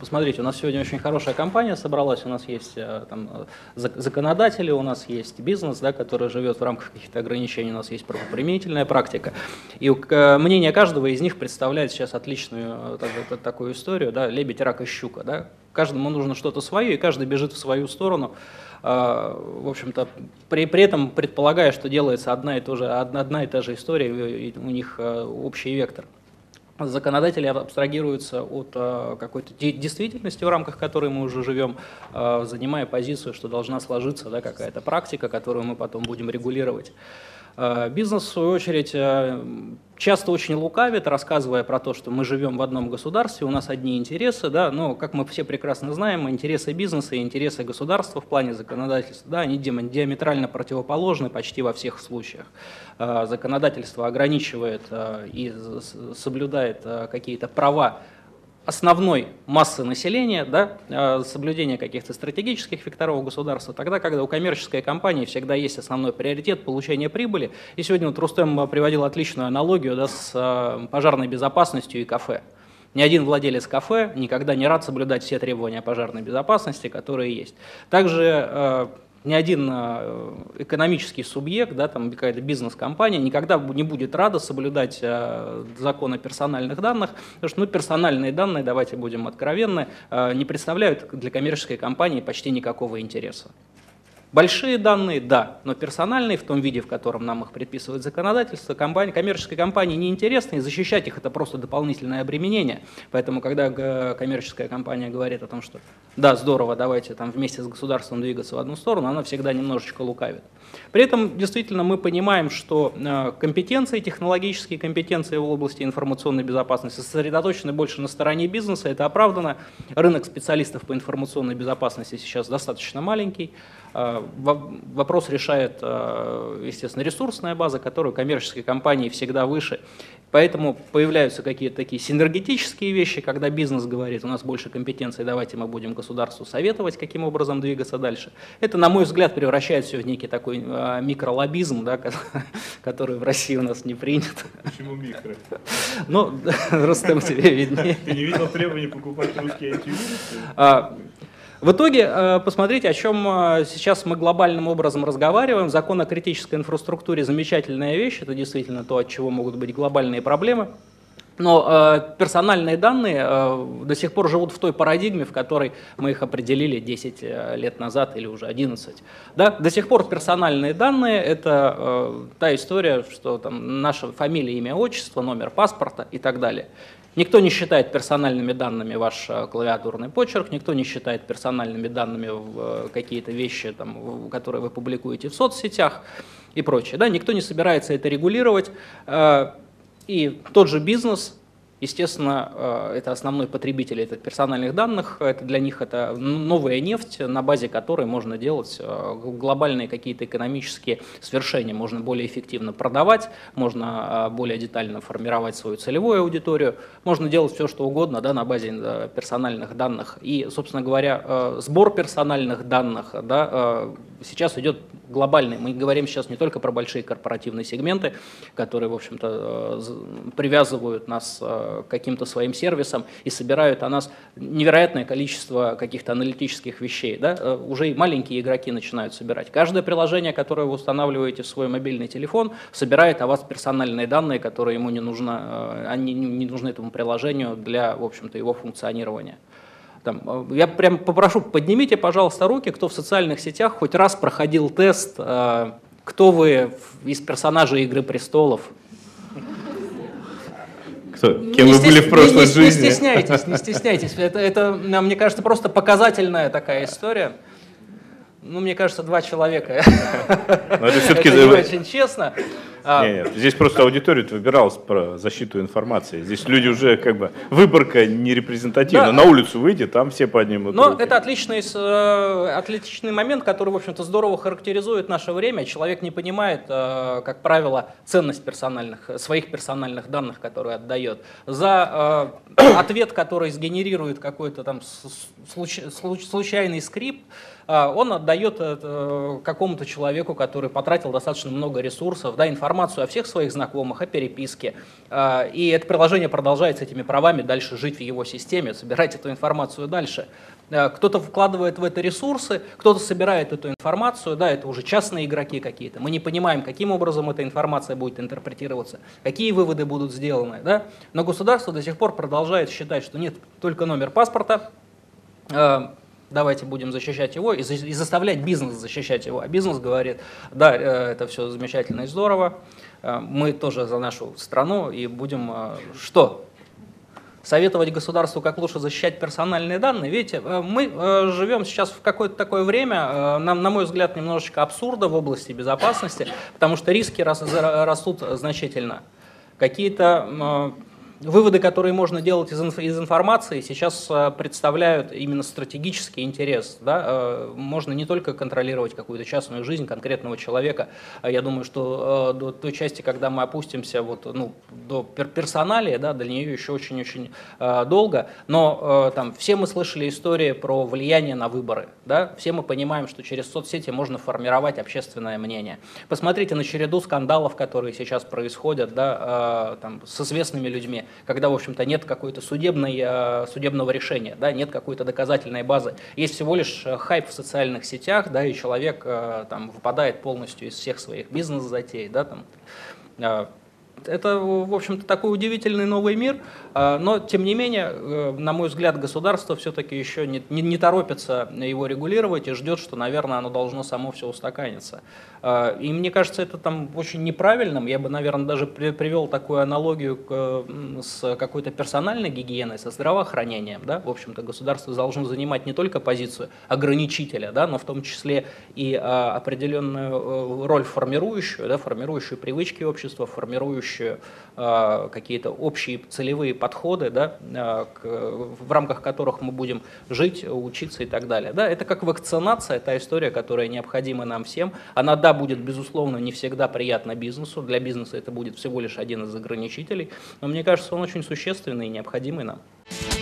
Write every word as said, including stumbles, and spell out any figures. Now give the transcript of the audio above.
посмотрите, у нас сегодня очень хорошая компания собралась, у нас есть там, законодатели, у нас есть бизнес, да, который живет в рамках каких-то ограничений, у нас есть правоприменительная практика. И мнение каждого из них представляет сейчас отличную так, такую историю, да, лебедь, рак и щука. Да. Каждому нужно что-то свое, и каждый бежит в свою сторону. В общем-то, при, при этом предполагая, что делается одна и, та же, одна, одна и та же история, и у них общий вектор. Законодатели абстрагируются от какой-то действительности, в рамках которой мы уже живем, занимая позицию, что должна сложиться, да, какая-то практика, которую мы потом будем регулировать. Бизнес, в свою очередь, часто очень лукавит, рассказывая про то, что мы живем в одном государстве, у нас одни интересы, да, но, как мы все прекрасно знаем, интересы бизнеса и интересы государства в плане законодательства, да, они диаметрально противоположны почти во всех случаях. Законодательство ограничивает и соблюдает какие-то права основной массы населения, да, соблюдение каких-то стратегических векторов государства, тогда, когда у коммерческой компании всегда есть основной приоритет получения прибыли. И сегодня вот Рустем приводил отличную аналогию, да, с пожарной безопасностью и кафе. Ни один владелец кафе никогда не рад соблюдать все требования пожарной безопасности, которые есть. Также ни один экономический субъект, да, там какая-то бизнес-компания никогда не будет рада соблюдать э, закон о персональных данных, потому что ну, персональные данные, давайте будем откровенны, э, не представляют для коммерческой компании почти никакого интереса. Большие данные, да, но персональные в том виде, в котором нам их предписывает законодательство, компания, коммерческой компании неинтересны, и защищать их это просто дополнительное обременение. Поэтому, когда коммерческая компания говорит о том, что да, здорово, давайте там вместе с государством двигаться в одну сторону, она всегда немножечко лукавит. При этом действительно мы понимаем, что компетенции, технологические компетенции в области информационной безопасности сосредоточены больше на стороне бизнеса, это оправдано. Рынок специалистов по информационной безопасности сейчас достаточно маленький. Вопрос решает, естественно, ресурсная база, которая у коммерческой компании всегда выше. Поэтому появляются какие-то такие синергетические вещи, когда бизнес говорит, у нас больше компетенций, давайте мы будем государству советовать, каким образом двигаться дальше. Это, на мой взгляд, превращает все в некий такой микролоббизм, да, который в России у нас не принят. Почему микро? Ну, Рустем, тебе виднее. Ты не видел требований покупать русские антивирусы? В итоге, посмотрите, о чем сейчас мы глобальным образом разговариваем. Закон о критической инфраструктуре – замечательная вещь, это действительно то, от чего могут быть глобальные проблемы. Но э, персональные данные э, до сих пор живут в той парадигме, в которой мы их определили десять лет назад или уже одиннадцать. Да? До сих пор персональные данные – это э, та история, что там наша фамилия, имя, отчество, номер паспорта и так далее. Никто не считает персональными данными ваш клавиатурный почерк, никто не считает персональными данными какие-то вещи, там, которые вы публикуете в соцсетях и прочее. Да? Никто не собирается это регулировать. И тот же бизнес, естественно, это основной потребитель этих персональных данных, это для них это новая нефть, на базе которой можно делать глобальные какие-то экономические свершения, можно более эффективно продавать, можно более детально формировать свою целевую аудиторию, можно делать все, что угодно, да, на базе персональных данных. И, собственно говоря, сбор персональных данных, да, сейчас идет глобальный. Мы говорим сейчас не только про большие корпоративные сегменты, которые, в общем-то, привязывают нас к каким-то своим сервисам и собирают о нас невероятное количество каких-то аналитических вещей. Да? Уже и маленькие игроки начинают собирать. Каждое приложение, которое вы устанавливаете в свой мобильный телефон, собирает о вас персональные данные, которые ему не нужно, они не нужны этому приложению для, в общем-то, его функционирования. Там, я прям попрошу, поднимите, пожалуйста, руки, кто в социальных сетях хоть раз проходил тест, э, кто вы из персонажей «Игры престолов». Кто? Кем вы были в прошлой не, жизни? Не стесняйтесь, не стесняйтесь. Это, это, мне кажется, просто показательная такая история. Ну, мне кажется, два человека. Но это все-таки это не очень честно. Нет, нет, здесь просто аудитория выбиралась про защиту информации. Здесь люди уже как бы выборка не репрезентативна. Да. На улицу выйди, там все поднимут Но руки. это отличный, отличный момент, который, в общем-то, здорово характеризует наше время. Человек не понимает, как правило, ценность персональных, своих персональных данных, которые отдает. За ответ, который сгенерирует какой-то там случайный скрипт, он отдает какому-то человеку, который потратил достаточно много ресурсов, да, информацию о всех своих знакомых, о переписке, и это приложение продолжает с этими правами дальше жить в его системе, собирать эту информацию дальше. Кто-то вкладывает в это ресурсы, кто-то собирает эту информацию, да, это уже частные игроки какие-то. Мы не понимаем, каким образом эта информация будет интерпретироваться, какие выводы будут сделаны, да. Но государство до сих пор продолжает считать, что нет, только номер паспорта, э, давайте будем защищать его и, за, и заставлять бизнес защищать его. А бизнес говорит, да, э, это все замечательно и здорово, э, мы тоже за нашу страну и будем э, что? Советовать государству, как лучше защищать персональные данные. Видите, мы э, живем сейчас в какое-то такое время, э, нам, на мой взгляд, немножечко абсурда в области безопасности, потому что риски рас, растут значительно. Какие-то э, выводы, которые можно делать из, инф, из информации, сейчас э, представляют именно стратегический интерес. Да? Э, можно не только контролировать какую-то частную жизнь конкретного человека. Я думаю, что э, до той части, когда мы опустимся вот, ну, до пер персоналии, да, до нее еще очень-очень э, долго. Но э, там, все мы слышали истории про влияние на выборы. Да? Все мы понимаем, что через соцсети можно формировать общественное мнение. Посмотрите на череду скандалов, которые сейчас происходят, да, э, там, с известными людьми, когда, в общем-то, нет какой-то судебной, судебного решения, да, нет какой-то доказательной базы. Есть всего лишь хайп в социальных сетях, да, и человек там, выпадает полностью из всех своих бизнес-затей. Да, там. Это, в общем-то, такой удивительный новый мир, но, тем не менее, на мой взгляд, государство все-таки еще не, не, не торопится его регулировать и ждет, что, наверное, оно должно само все устаканиться. И мне кажется, это там очень неправильным. Я бы, наверное, даже при, привел такую аналогию к, с какой-то персональной гигиеной, со здравоохранением. Да? В общем-то, государство должно занимать не только позицию ограничителя, да, но в том числе и а, определенную роль формирующую, да, формирующую привычки общества, формирующую какие-то общие целевые подходы, да, к, в рамках которых мы будем жить, учиться и так далее. Да, это как вакцинация, та история, которая необходима нам всем. Она, да, будет, безусловно, не всегда приятна бизнесу. Для бизнеса это будет всего лишь один из ограничителей. Но мне кажется, он очень существенный и необходимый нам.